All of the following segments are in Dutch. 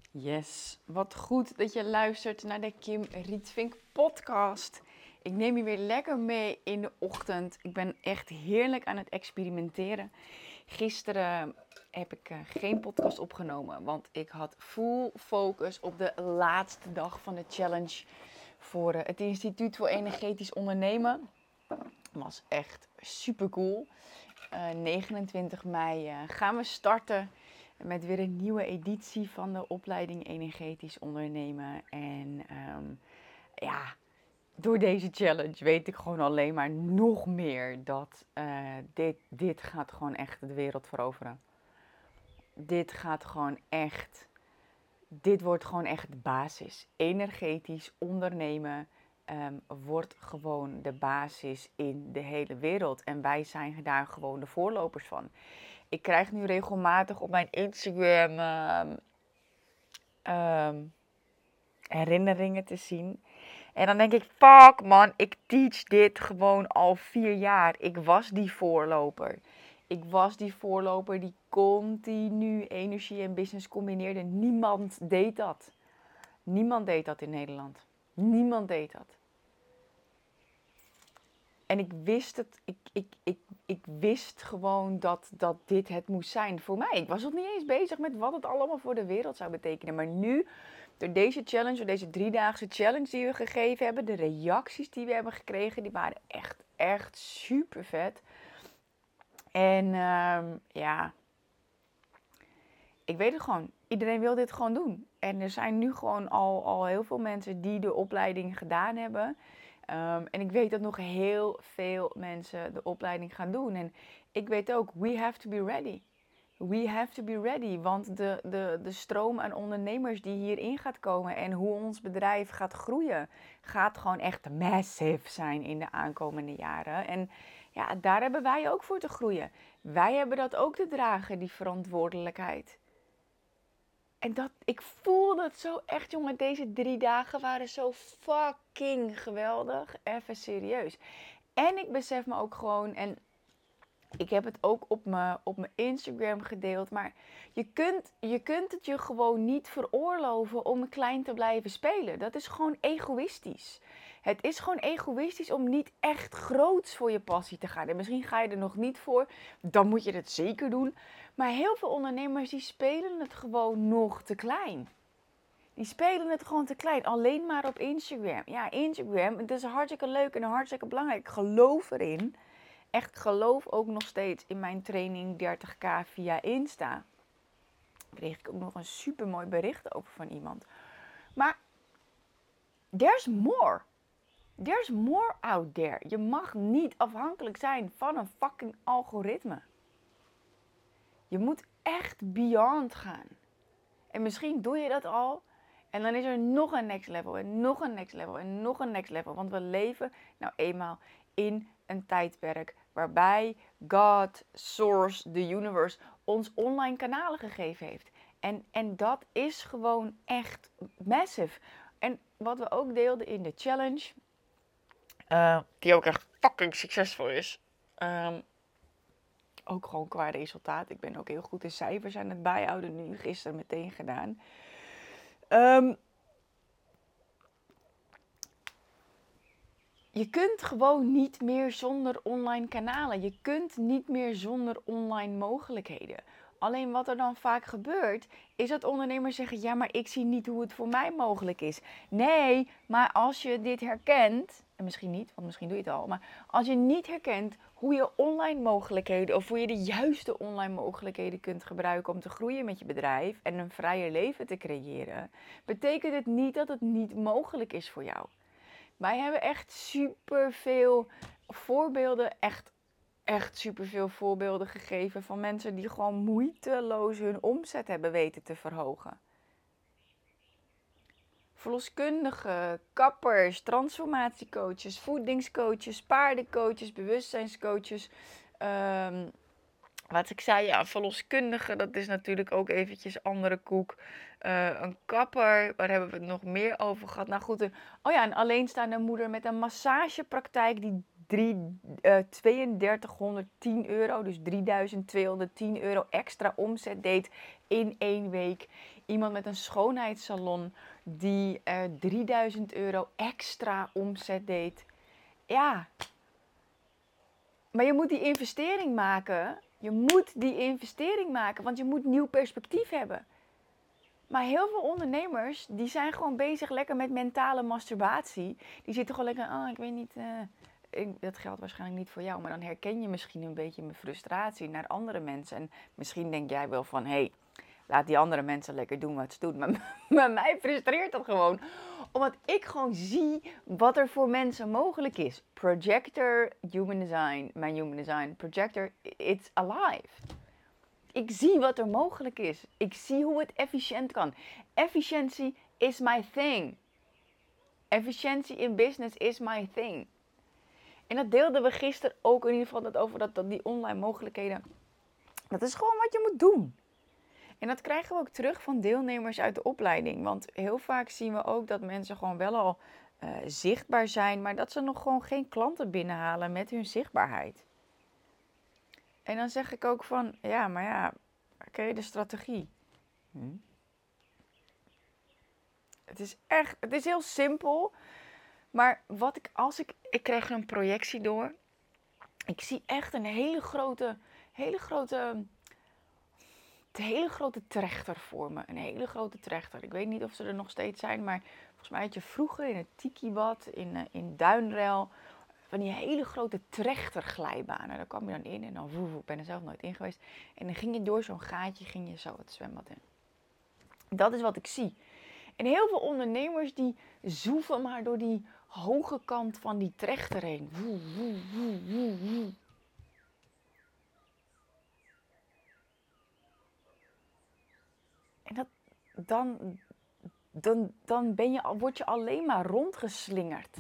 Yes, wat goed dat je luistert naar de Kim Rietvink podcast. Ik neem je weer lekker mee in de ochtend. Ik ben echt heerlijk aan het experimenteren. Gisteren heb ik geen podcast opgenomen, want ik had full focus op de laatste dag van de challenge voor het Instituut voor Energetisch Ondernemen. Was echt super cool. 29 mei gaan we starten met weer een nieuwe editie van de opleiding Energetisch Ondernemen. En ja, door deze challenge weet ik gewoon alleen maar nog meer dat dit gaat gewoon echt de wereld veroveren. Dit gaat gewoon echt, dit wordt gewoon echt de basis. Energetisch ondernemen wordt gewoon de basis in de hele wereld. En wij zijn daar gewoon de voorlopers van. Ik krijg nu regelmatig op mijn Instagram herinneringen te zien. En dan denk ik, fuck man, ik teach dit gewoon al 4 jaar. Ik was die voorloper. Ik was die voorloper die continu energie en business combineerde. Niemand deed dat. Niemand deed dat in Nederland. Niemand deed dat. En ik wist het, ik wist gewoon dat dit het moest zijn voor mij. Ik was nog niet eens bezig met wat het allemaal voor de wereld zou betekenen. Maar nu, door deze challenge, door deze 3-daagse challenge die we gegeven hebben, de reacties die we hebben gekregen, die waren echt super vet. En ja, ik weet het gewoon. Iedereen wil dit gewoon doen. En er zijn nu gewoon al heel veel mensen die de opleiding gedaan hebben. En ik weet dat nog heel veel mensen de opleiding gaan doen. En ik weet ook, we have to be ready. We have to be ready. Want de stroom aan ondernemers die hierin gaat komen en hoe ons bedrijf gaat groeien, gaat gewoon echt massive zijn in de aankomende jaren. En ja, daar hebben wij ook voor te groeien. Wij hebben dat ook te dragen, die verantwoordelijkheid. En ik voelde het zo echt, jongen. Deze 3 dagen waren zo fucking geweldig. Even serieus. En ik besef me ook gewoon, en ik heb het ook op mijn Instagram gedeeld, maar je kunt het je gewoon niet veroorloven om klein te blijven spelen. Dat is gewoon egoïstisch. Het is gewoon egoïstisch om niet echt groots voor je passie te gaan. En misschien ga je er nog niet voor, dan moet je het zeker doen. Maar heel veel ondernemers die spelen het gewoon nog te klein. Die spelen het gewoon te klein. Alleen maar op Instagram. Ja, Instagram, het is hartstikke leuk en hartstikke belangrijk. Ik geloof erin. Echt geloof ook nog steeds in mijn training 30k via Insta. Daar kreeg ik ook nog een super mooi bericht over van iemand. Maar there's more. There's more out there. Je mag niet afhankelijk zijn van een fucking algoritme. Je moet echt beyond gaan. En misschien doe je dat al. En dan is er nog een next level en nog een next level en nog een next level. Want we leven nou eenmaal in een tijdperk waarbij God, Source, the Universe ons online kanalen gegeven heeft. En dat is gewoon echt massive. En wat we ook deelden in de challenge, die ook echt fucking succesvol is. Ook gewoon qua resultaat. Ik ben ook heel goed in cijfers aan het bijhouden nu. Gisteren meteen gedaan. Je kunt gewoon niet meer zonder online kanalen. Je kunt niet meer zonder online mogelijkheden. Alleen wat er dan vaak gebeurt, is dat ondernemers zeggen, ja, maar ik zie niet hoe het voor mij mogelijk is. Nee, maar als je dit herkent, en misschien niet, want misschien doe je het al, maar als je niet herkent hoe je online mogelijkheden, of hoe je de juiste online mogelijkheden kunt gebruiken om te groeien met je bedrijf en een vrijer leven te creëren, betekent het niet dat het niet mogelijk is voor jou. Wij hebben echt superveel voorbeelden, echt superveel voorbeelden gegeven van mensen die gewoon moeiteloos hun omzet hebben weten te verhogen. Verloskundigen, kappers, transformatiecoaches, voedingscoaches, paardencoaches, bewustzijnscoaches. Wat ik zei, ja, verloskundige, dat is natuurlijk ook eventjes andere koek. Een kapper, waar hebben we het nog meer over gehad? Nou goed, een alleenstaande moeder met een massagepraktijk die 3210 euro, dus 3210 euro extra omzet deed in 1 week. Iemand met een schoonheidssalon die 3000 euro extra omzet deed. Ja, maar je moet die investering maken. Je moet die investering maken, want je moet nieuw perspectief hebben. Maar heel veel ondernemers, die zijn gewoon bezig lekker met mentale masturbatie. Die zitten gewoon lekker, ik weet niet, dat geldt waarschijnlijk niet voor jou. Maar dan herken je misschien een beetje mijn frustratie naar andere mensen. En misschien denk jij wel van, hé, laat die andere mensen lekker doen wat ze doen. Maar mij frustreert dat gewoon. Omdat ik gewoon zie wat er voor mensen mogelijk is. Projector, human design, mijn human design, projector, it's alive. Ik zie wat er mogelijk is. Ik zie hoe het efficiënt kan. Efficiëntie is my thing. Efficiëntie in business is my thing. En dat deelden we gisteren ook in ieder geval over die online mogelijkheden. Dat is gewoon wat je moet doen. En dat krijgen we ook terug van deelnemers uit de opleiding. Want heel vaak zien we ook dat mensen gewoon wel al zichtbaar zijn, maar dat ze nog gewoon geen klanten binnenhalen met hun zichtbaarheid. En dan zeg ik ook van, ken je de strategie? Het is heel simpel. Maar ik kreeg een projectie door. Ik zie echt een hele grote trechter voor me. Een hele grote trechter. Ik weet niet of ze er nog steeds zijn, maar volgens mij had je vroeger in het Tikibad, in Duinrel, van die hele grote trechterglijbanen. Daar kwam je dan in en dan ik ben er zelf nooit in geweest. En dan ging je door zo'n gaatje, ging je zo het zwembad in. Dat is wat ik zie. En heel veel ondernemers die zoeven maar door die hoge kant van die trechter heen. En dan word je alleen maar rondgeslingerd.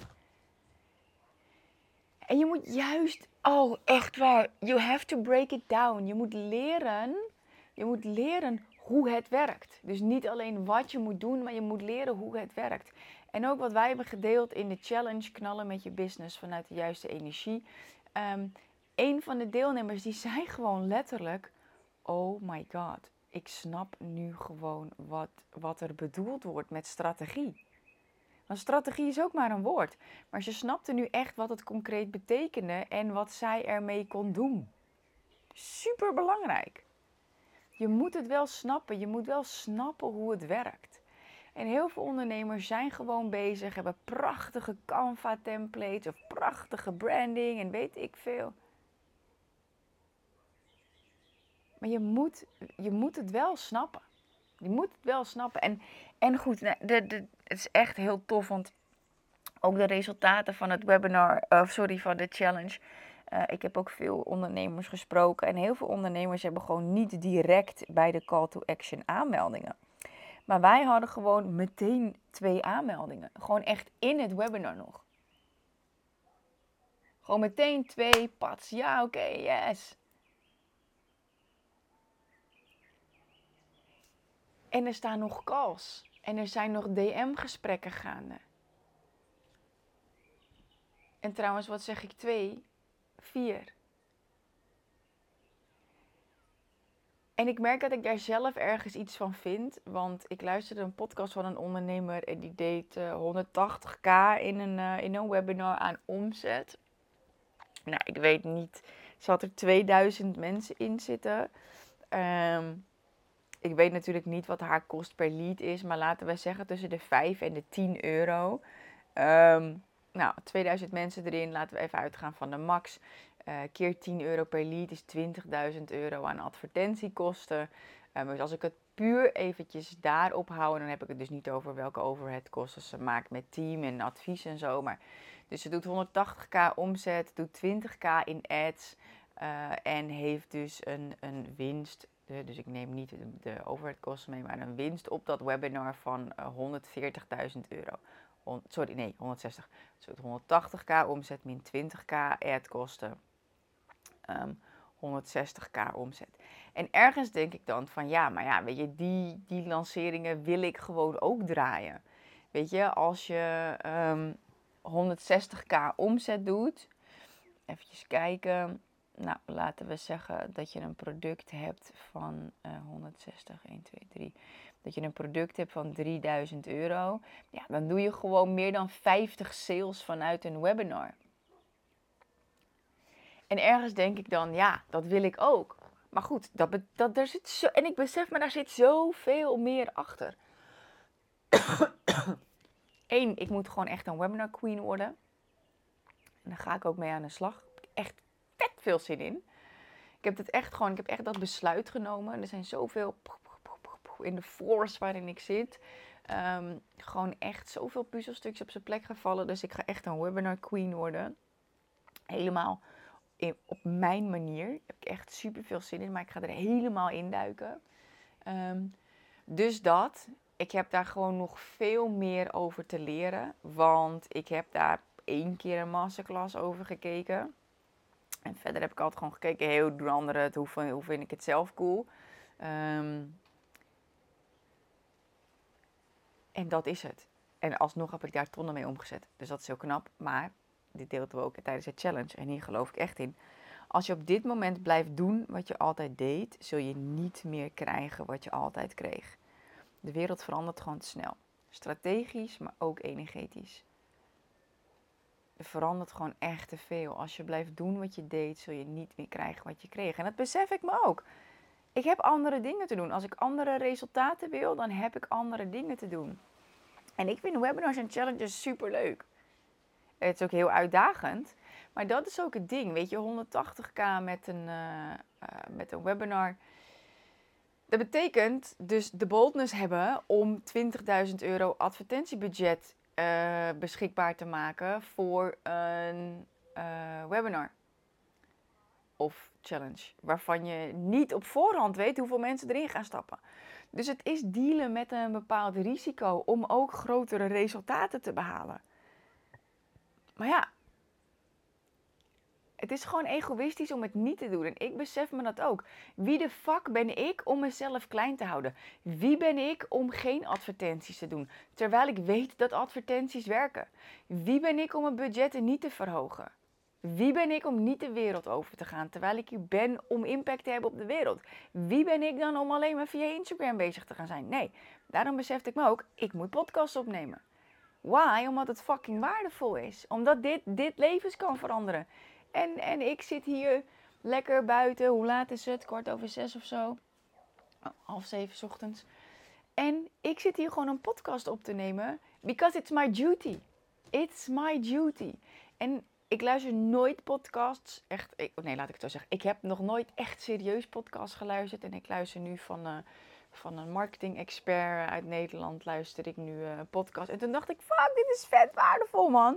En je moet juist, echt waar, you have to break it down. Je moet leren hoe het werkt. Dus niet alleen wat je moet doen, maar je moet leren hoe het werkt. En ook wat wij hebben gedeeld in de challenge, knallen met je business vanuit de juiste energie. Een van de deelnemers die zei gewoon letterlijk, oh my god, ik snap nu gewoon wat er bedoeld wordt met strategie. Want strategie is ook maar een woord. Maar ze snapte nu echt wat het concreet betekende en wat zij ermee kon doen. Super belangrijk. Je moet het wel snappen. Je moet wel snappen hoe het werkt. En heel veel ondernemers zijn gewoon bezig, hebben prachtige Canva templates of prachtige branding en weet ik veel. Maar je moet het wel snappen. Je moet het wel snappen. En goed, het is echt heel tof, want ook de resultaten van het webinar, van de challenge. Ik heb ook veel ondernemers gesproken. En heel veel ondernemers hebben gewoon niet direct bij de call to action aanmeldingen. Maar wij hadden gewoon meteen 2 aanmeldingen. Gewoon echt in het webinar nog. Gewoon meteen 2 pads. Ja, oké, yes. En er staan nog calls. En er zijn nog DM-gesprekken gaande. En trouwens, wat zeg ik? 2? 4. En ik merk dat ik daar zelf ergens iets van vind. Want ik luisterde een podcast van een ondernemer en die deed 180k in een webinar aan omzet. Nou, ik weet niet. Zat er 2000 mensen in zitten. Ik weet natuurlijk niet wat haar kost per lead is. Maar laten we zeggen tussen de 5 en de 10 euro. 2000 mensen erin. Laten we even uitgaan van de max. Keer 10 euro per lead is 20.000 euro aan advertentiekosten. Dus als ik het puur eventjes daarop hou, dan heb ik het dus niet over welke overheadkosten ze maakt met team en advies en zo. Maar, dus ze doet 180k omzet, doet 20k in ads en heeft dus een winst. Dus ik neem niet de overheadkosten mee, maar een winst op dat webinar van 140.000 euro. 160. Dus 180k omzet min 20k adkosten. 160k omzet. En ergens denk ik dan van weet je, die lanceringen wil ik gewoon ook draaien. Weet je, als je 160k omzet doet Even kijken. Nou, laten we zeggen dat je een product hebt van 160, 1, 2, 3. Dat je een product hebt van €3000. Ja, dan doe je gewoon meer dan 50 sales vanuit een webinar. En ergens denk ik dan, ja, dat wil ik ook. Maar goed, daar zit zo, en ik besef me, daar zit zoveel meer achter. Eén, ik moet gewoon echt een webinar queen worden. En daar ga ik ook mee aan de slag. Daar heb ik echt vet veel zin in. Ik heb echt dat besluit genomen. Er zijn zoveel in de force waarin ik zit. Gewoon echt zoveel puzzelstukjes op zijn plek gevallen. Dus ik ga echt een webinar queen worden. Helemaal op mijn manier. Daar heb ik echt super veel zin in. Maar ik ga er helemaal in duiken. Dus dat. Ik heb daar gewoon nog veel meer over te leren. Want ik heb daar 1 keer een masterclass over gekeken. En verder heb ik altijd gewoon gekeken, hey, hoe doen anderen het? Hoe vind ik het zelf cool? En dat is het. En alsnog heb ik daar tonnen mee omgezet. Dus dat is heel knap. Maar dit deelden we ook tijdens het challenge. En hier geloof ik echt in. Als je op dit moment blijft doen wat je altijd deed, zul je niet meer krijgen wat je altijd kreeg. De wereld verandert gewoon te snel. Strategisch, maar ook energetisch. Er verandert gewoon echt te veel. Als je blijft doen wat je deed, zul je niet meer krijgen wat je kreeg. En dat besef ik me ook. Ik heb andere dingen te doen. Als ik andere resultaten wil, dan heb ik andere dingen te doen. En ik vind webinars en challenges super leuk. Het is ook heel uitdagend. Maar dat is ook het ding. Weet je, 180k met een webinar. Dat betekent dus de boldness hebben om €20.000 advertentiebudget beschikbaar te maken voor een webinar of challenge. Waarvan je niet op voorhand weet hoeveel mensen erin gaan stappen. Dus het is dealen met een bepaald risico om ook grotere resultaten te behalen. Maar ja, het is gewoon egoïstisch om het niet te doen. En ik besef me dat ook. Wie de fuck ben ik om mezelf klein te houden? Wie ben ik om geen advertenties te doen? Terwijl ik weet dat advertenties werken. Wie ben ik om mijn budgetten niet te verhogen? Wie ben ik om niet de wereld over te gaan? Terwijl ik hier ben om impact te hebben op de wereld. Wie ben ik dan om alleen maar via Instagram bezig te gaan zijn? Nee, daarom besefte ik me ook, ik moet podcasts opnemen. Why? Omdat het fucking waardevol is. Omdat dit levens kan veranderen. En ik zit hier lekker buiten. Hoe laat is het? 6:15 of zo. 6:30 's ochtends. En ik zit hier gewoon een podcast op te nemen. Because it's my duty. It's my duty. En ik luister nooit podcasts. Nee, laat ik het zo zeggen. Ik heb nog nooit echt serieus podcasts geluisterd. En ik luister nu van een marketing-expert uit Nederland. Luister ik nu een podcast. En toen dacht ik, fuck, dit is vet waardevol, man.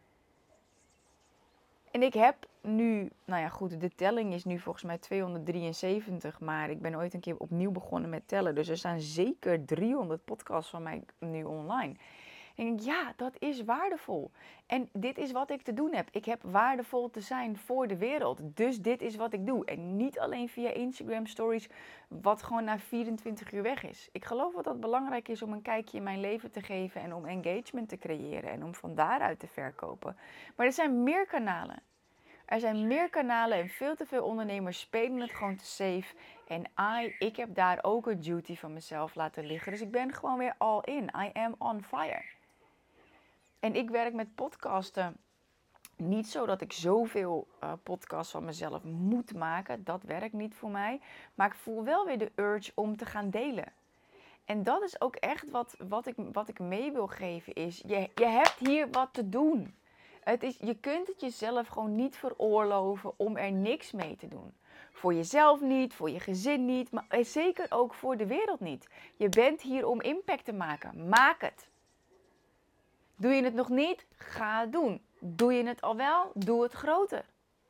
En ik heb nu, nou ja goed, de telling is nu volgens mij 273. Maar ik ben ooit een keer opnieuw begonnen met tellen. Dus er staan zeker 300 podcasts van mij nu online. En ik denk, ja, dat is waardevol. En dit is wat ik te doen heb. Ik heb waardevol te zijn voor de wereld. Dus dit is wat ik doe. En niet alleen via Instagram stories, wat gewoon na 24 uur weg is. Ik geloof dat het belangrijk is om een kijkje in mijn leven te geven en om engagement te creëren en om van daaruit te verkopen. Maar er zijn meer kanalen. Er zijn meer kanalen en veel te veel ondernemers spelen het gewoon te safe. En ik heb daar ook een duty van mezelf laten liggen. Dus ik ben gewoon weer all in. I am on fire. En ik werk met podcasten niet zo dat ik zoveel podcasts van mezelf moet maken. Dat werkt niet voor mij. Maar ik voel wel weer de urge om te gaan delen. En dat is ook echt wat ik mee wil geven is, je hebt hier wat te doen. Je kunt het jezelf gewoon niet veroorloven om er niks mee te doen. Voor jezelf niet, voor je gezin niet, maar zeker ook voor de wereld niet. Je bent hier om impact te maken. Maak het. Doe je het nog niet? Ga het doen. Doe je het al wel? Doe het groter.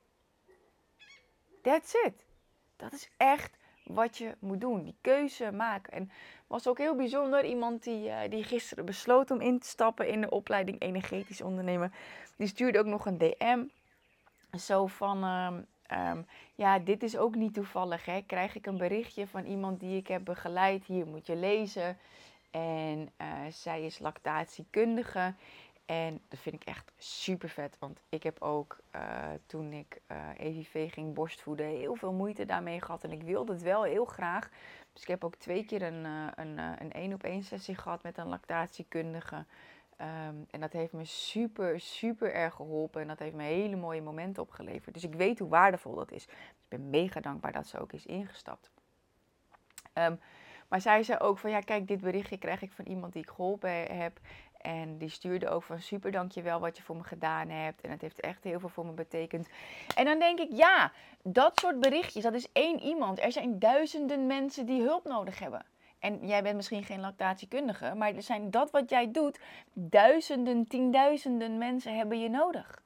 That's it. Dat is echt wat je moet doen. Die keuze maken. En was ook heel bijzonder. Iemand die gisteren besloot om in te stappen in de opleiding energetisch ondernemen. Die stuurde ook nog een DM. Zo van, ja, dit is ook niet toevallig. Hè? Krijg ik een berichtje van iemand die ik heb begeleid. Hier moet je lezen. En zij is lactatiekundige. En dat vind ik echt super vet. Want ik heb ook toen ik EVV ging borstvoeden heel veel moeite daarmee gehad. En ik wilde het wel heel graag. Dus ik heb ook 2 keer een 1-op-1 sessie gehad met een lactatiekundige. En dat heeft me super, super erg geholpen. En dat heeft me hele mooie momenten opgeleverd. Dus ik weet hoe waardevol dat is. Dus ik ben mega dankbaar dat ze ook is ingestapt. Maar zij zei ook van, ja kijk, dit berichtje krijg ik van iemand die ik geholpen heb. En die stuurde ook van, super dankjewel wat je voor me gedaan hebt. En het heeft echt heel veel voor me betekend. En dan denk ik, ja, dat soort berichtjes, dat is 1 iemand. Er zijn duizenden mensen die hulp nodig hebben. En jij bent misschien geen lactatiekundige, maar er zijn dat wat jij doet, duizenden, tienduizenden mensen hebben je nodig.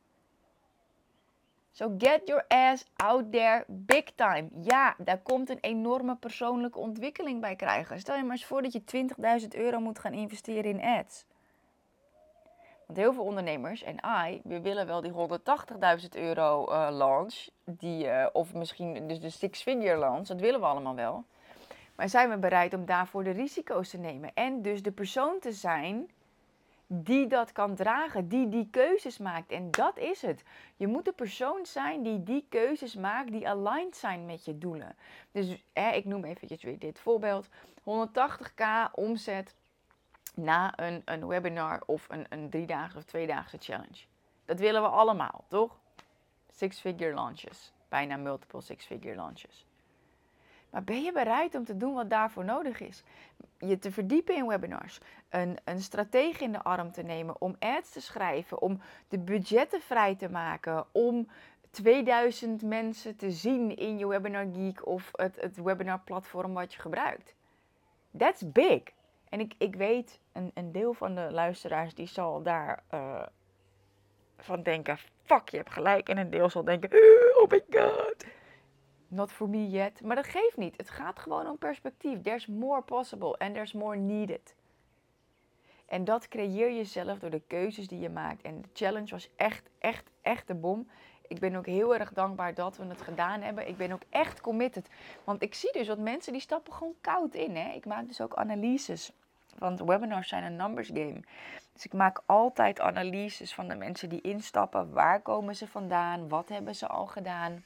So get your ass out there big time. Ja, daar komt een enorme persoonlijke ontwikkeling bij krijgen. Stel je maar eens voor dat je €20.000 moet gaan investeren in ads. Want heel veel ondernemers, en we willen wel die €180.000 launch. Of misschien dus de six-figure launch, dat willen we allemaal wel. Maar zijn we bereid om daarvoor de risico's te nemen? En dus de persoon te zijn die dat kan dragen, die keuzes maakt. En dat is het. Je moet de persoon zijn die keuzes maakt, die aligned zijn met je doelen. Dus ik noem eventjes weer dit voorbeeld. 180k omzet na een webinar of een 3-daagse of 2-daagse challenge. Dat willen we allemaal, toch? 6-figure launches. Bijna multiple 6-figure launches. Maar ben je bereid om te doen wat daarvoor nodig is? Je te verdiepen in webinars, een stratege in de arm te nemen, om ads te schrijven, om de budgetten vrij te maken, om 2000 mensen te zien in je Webinar Geek of het webinar platform wat je gebruikt. That's big. En ik weet, een deel van de luisteraars die zal daar van denken, fuck, je hebt gelijk. En een deel zal denken, oh my god. Not for me yet. Maar dat geeft niet. Het gaat gewoon om perspectief. There's more possible and there's more needed. En dat creëer je zelf door de keuzes die je maakt. En de challenge was echt de bom. Ik ben ook heel erg dankbaar dat we het gedaan hebben. Ik ben ook echt committed. Want ik zie dus dat mensen die stappen gewoon koud in. Hè? Ik maak dus ook analyses. Want webinars zijn een numbers game. Dus ik maak altijd analyses van de mensen die instappen. Waar komen ze vandaan? Wat hebben ze al gedaan?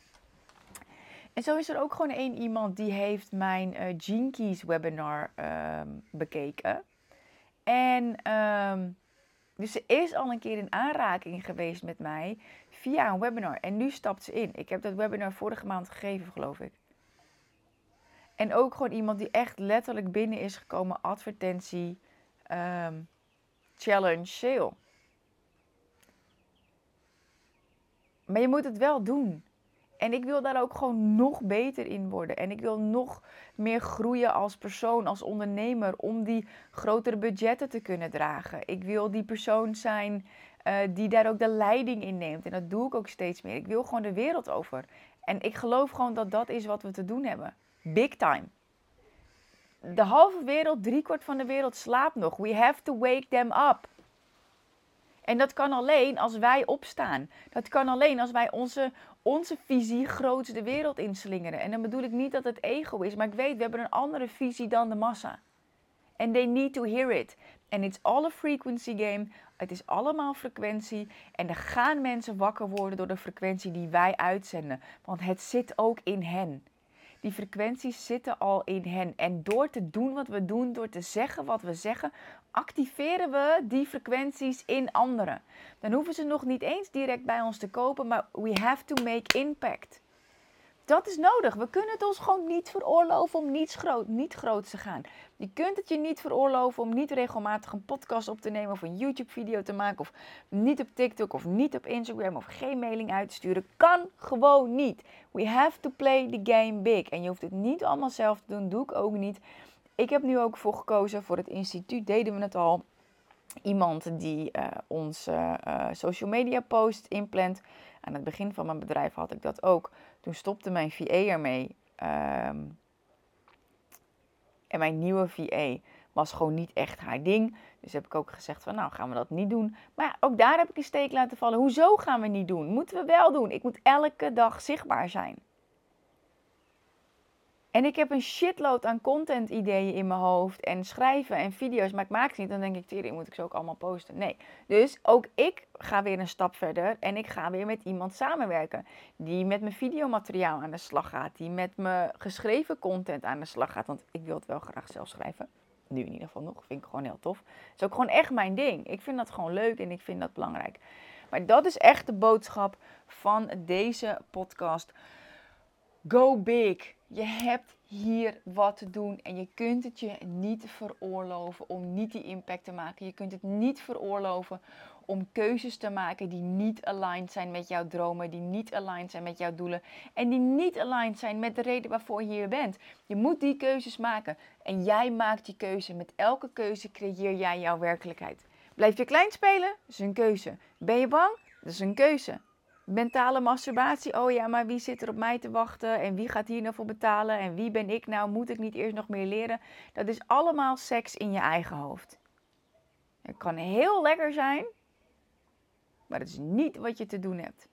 En zo is er ook gewoon 1 iemand die heeft mijn Gene Keys webinar bekeken. En dus ze is al een keer in aanraking geweest met mij via een webinar. En nu stapt ze in. Ik heb dat webinar vorige maand gegeven, geloof ik. En ook gewoon iemand die echt letterlijk binnen is gekomen. Advertentie, challenge, sale. Maar je moet het wel doen. En ik wil daar ook gewoon nog beter in worden. En ik wil nog meer groeien als persoon, als ondernemer, om die grotere budgetten te kunnen dragen. Ik wil die persoon zijn die daar ook de leiding in neemt. En dat doe ik ook steeds meer. Ik wil gewoon de wereld over. En ik geloof gewoon dat dat is wat we te doen hebben. Big time. De halve wereld, 3/4 van de wereld slaapt nog. We have to wake them up. En dat kan alleen als wij opstaan. Dat kan alleen als wij onze visie groots de wereld inslingeren. En dan bedoel ik niet dat het ego is, maar ik weet, we hebben een andere visie dan de massa. And they need to hear it. And it's all a frequency game. Het is allemaal frequentie. En er gaan mensen wakker worden door de frequentie die wij uitzenden. Want het zit ook in hen. Die frequenties zitten al in hen. En door te doen wat we doen, door te zeggen wat we zeggen, activeren we die frequenties in anderen. Dan hoeven ze nog niet eens direct bij ons te kopen, maar we have to make impact. Dat is nodig. We kunnen het ons gewoon niet veroorloven om niet groot te gaan. Je kunt het je niet veroorloven om niet regelmatig een podcast op te nemen of een YouTube-video te maken of niet op TikTok of niet op Instagram of geen mailing uit te sturen. Kan gewoon niet. We have to play the game big. En je hoeft het niet allemaal zelf te doen. Doe ik ook niet. Ik heb nu ook voor gekozen, voor het instituut deden we het al. Iemand die onze social media post inplant. Aan het begin van mijn bedrijf had ik dat ook. Toen stopte mijn VA ermee. En mijn nieuwe VA was gewoon niet echt haar ding. Dus heb ik ook gezegd van, nou gaan we dat niet doen. Maar ja, ook daar heb ik een steek laten vallen. Hoezo gaan we niet doen? Moeten we wel doen. Ik moet elke dag zichtbaar zijn. En ik heb een shitload aan content ideeën in mijn hoofd en schrijven en video's, maar ik maak ze niet. Dan denk ik, tering, moet ik ze ook allemaal posten? Nee. Dus ook ik ga weer een stap verder en ik ga weer met iemand samenwerken die met mijn videomateriaal aan de slag gaat, die met mijn geschreven content aan de slag gaat, want ik wil het wel graag zelf schrijven. Nu in ieder geval nog, vind ik gewoon heel tof. Het is ook gewoon echt mijn ding. Ik vind dat gewoon leuk en ik vind dat belangrijk. Maar dat is echt de boodschap van deze podcast. Go big. Je hebt hier wat te doen en je kunt het je niet veroorloven om niet die impact te maken. Je kunt het niet veroorloven om keuzes te maken die niet aligned zijn met jouw dromen, die niet aligned zijn met jouw doelen en die niet aligned zijn met de reden waarvoor je hier bent. Je moet die keuzes maken en jij maakt die keuze. Met elke keuze creëer jij jouw werkelijkheid. Blijf je klein spelen? Dat is een keuze. Ben je bang? Dat is een keuze. Mentale masturbatie, oh ja, maar wie zit er op mij te wachten en wie gaat hier nou voor betalen en wie ben ik nou, moet ik niet eerst nog meer leren? Dat is allemaal seks in je eigen hoofd. Het kan heel lekker zijn, maar dat is niet wat je te doen hebt.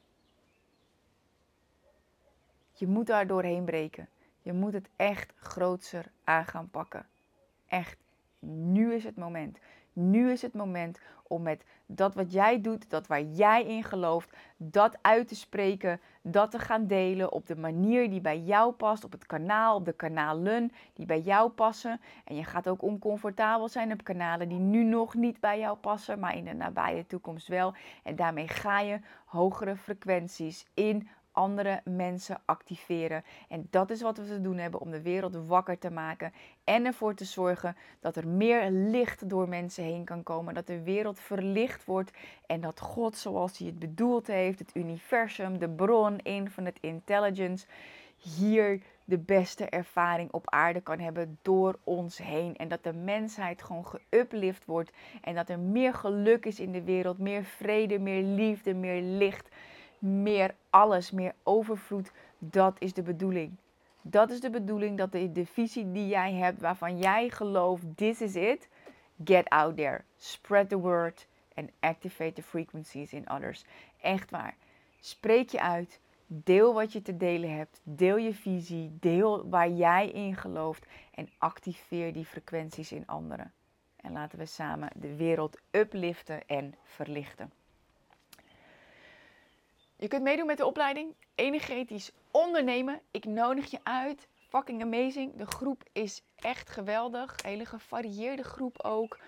Je moet daar doorheen breken. Je moet het echt grootser aan gaan pakken. Echt, nu is het moment. Nu is het moment om met dat wat jij doet, dat waar jij in gelooft, dat uit te spreken, dat te gaan delen op de manier die bij jou past, op het kanaal, op de kanalen die bij jou passen. En je gaat ook oncomfortabel zijn op kanalen die nu nog niet bij jou passen, maar in de nabije toekomst wel. En daarmee ga je hogere frequenties in andere mensen activeren. En dat is wat we te doen hebben om de wereld wakker te maken. En ervoor te zorgen dat er meer licht door mensen heen kan komen. Dat de wereld verlicht wordt. En dat God, zoals hij het bedoeld heeft, het universum, de bron, infinite intelligence, hier de beste ervaring op aarde kan hebben door ons heen. En dat de mensheid gewoon geuplift wordt. En dat er meer geluk is in de wereld. Meer vrede, meer liefde, meer licht. Meer alles, meer overvloed. Dat is de bedoeling. Dat is de bedoeling, dat de visie die jij hebt, waarvan jij gelooft, this is it. Get out there. Spread the word. And activate the frequencies in others. Echt waar. Spreek je uit. Deel wat je te delen hebt. Deel je visie. Deel waar jij in gelooft. En activeer die frequenties in anderen. En laten we samen de wereld upliften en verlichten. Je kunt meedoen met de opleiding Energetisch Ondernemen. Ik nodig je uit. Fucking amazing. De groep is echt geweldig. Een hele gevarieerde groep ook.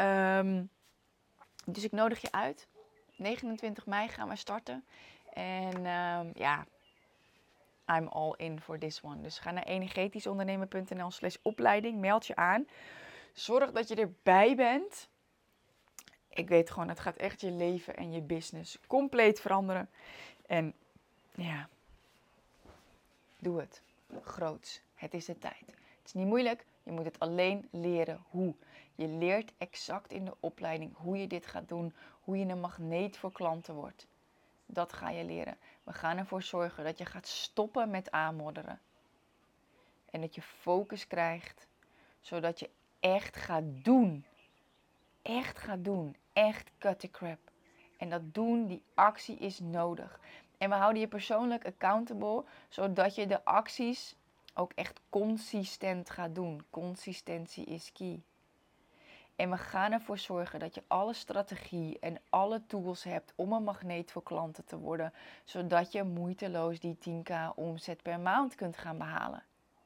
Dus ik nodig je uit. 29 mei gaan we starten. En ja, I'm all in for this one. Dus ga naar energetischondernemen.nl/opleiding. Meld je aan. Zorg dat je erbij bent. Ik weet gewoon, het gaat echt je leven en je business compleet veranderen. En ja, doe het. Groots. Het is de tijd. Het is niet moeilijk. Je moet het alleen leren hoe. Je leert exact in de opleiding hoe je dit gaat doen. Hoe je een magneet voor klanten wordt. Dat ga je leren. We gaan ervoor zorgen dat je gaat stoppen met aanmodderen. En dat je focus krijgt. Zodat je echt gaat doen. Echt gaat doen. Echt cut the crap. En dat doen, die actie is nodig. En we houden je persoonlijk accountable, zodat je de acties ook echt consistent gaat doen. Consistentie is key. En we gaan ervoor zorgen dat je alle strategie en alle tools hebt om een magneet voor klanten te worden, zodat je moeiteloos die 10.000 omzet per maand kunt gaan behalen.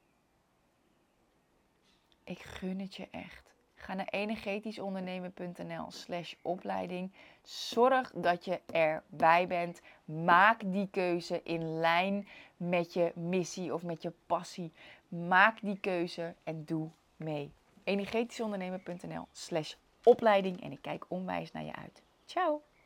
Ik gun het je echt. Ga naar energetischondernemen.nl/opleiding. Zorg dat je erbij bent. Maak die keuze in lijn met je missie of met je passie. Maak die keuze en doe mee. energetischondernemen.nl/opleiding. En ik kijk onwijs naar je uit. Ciao!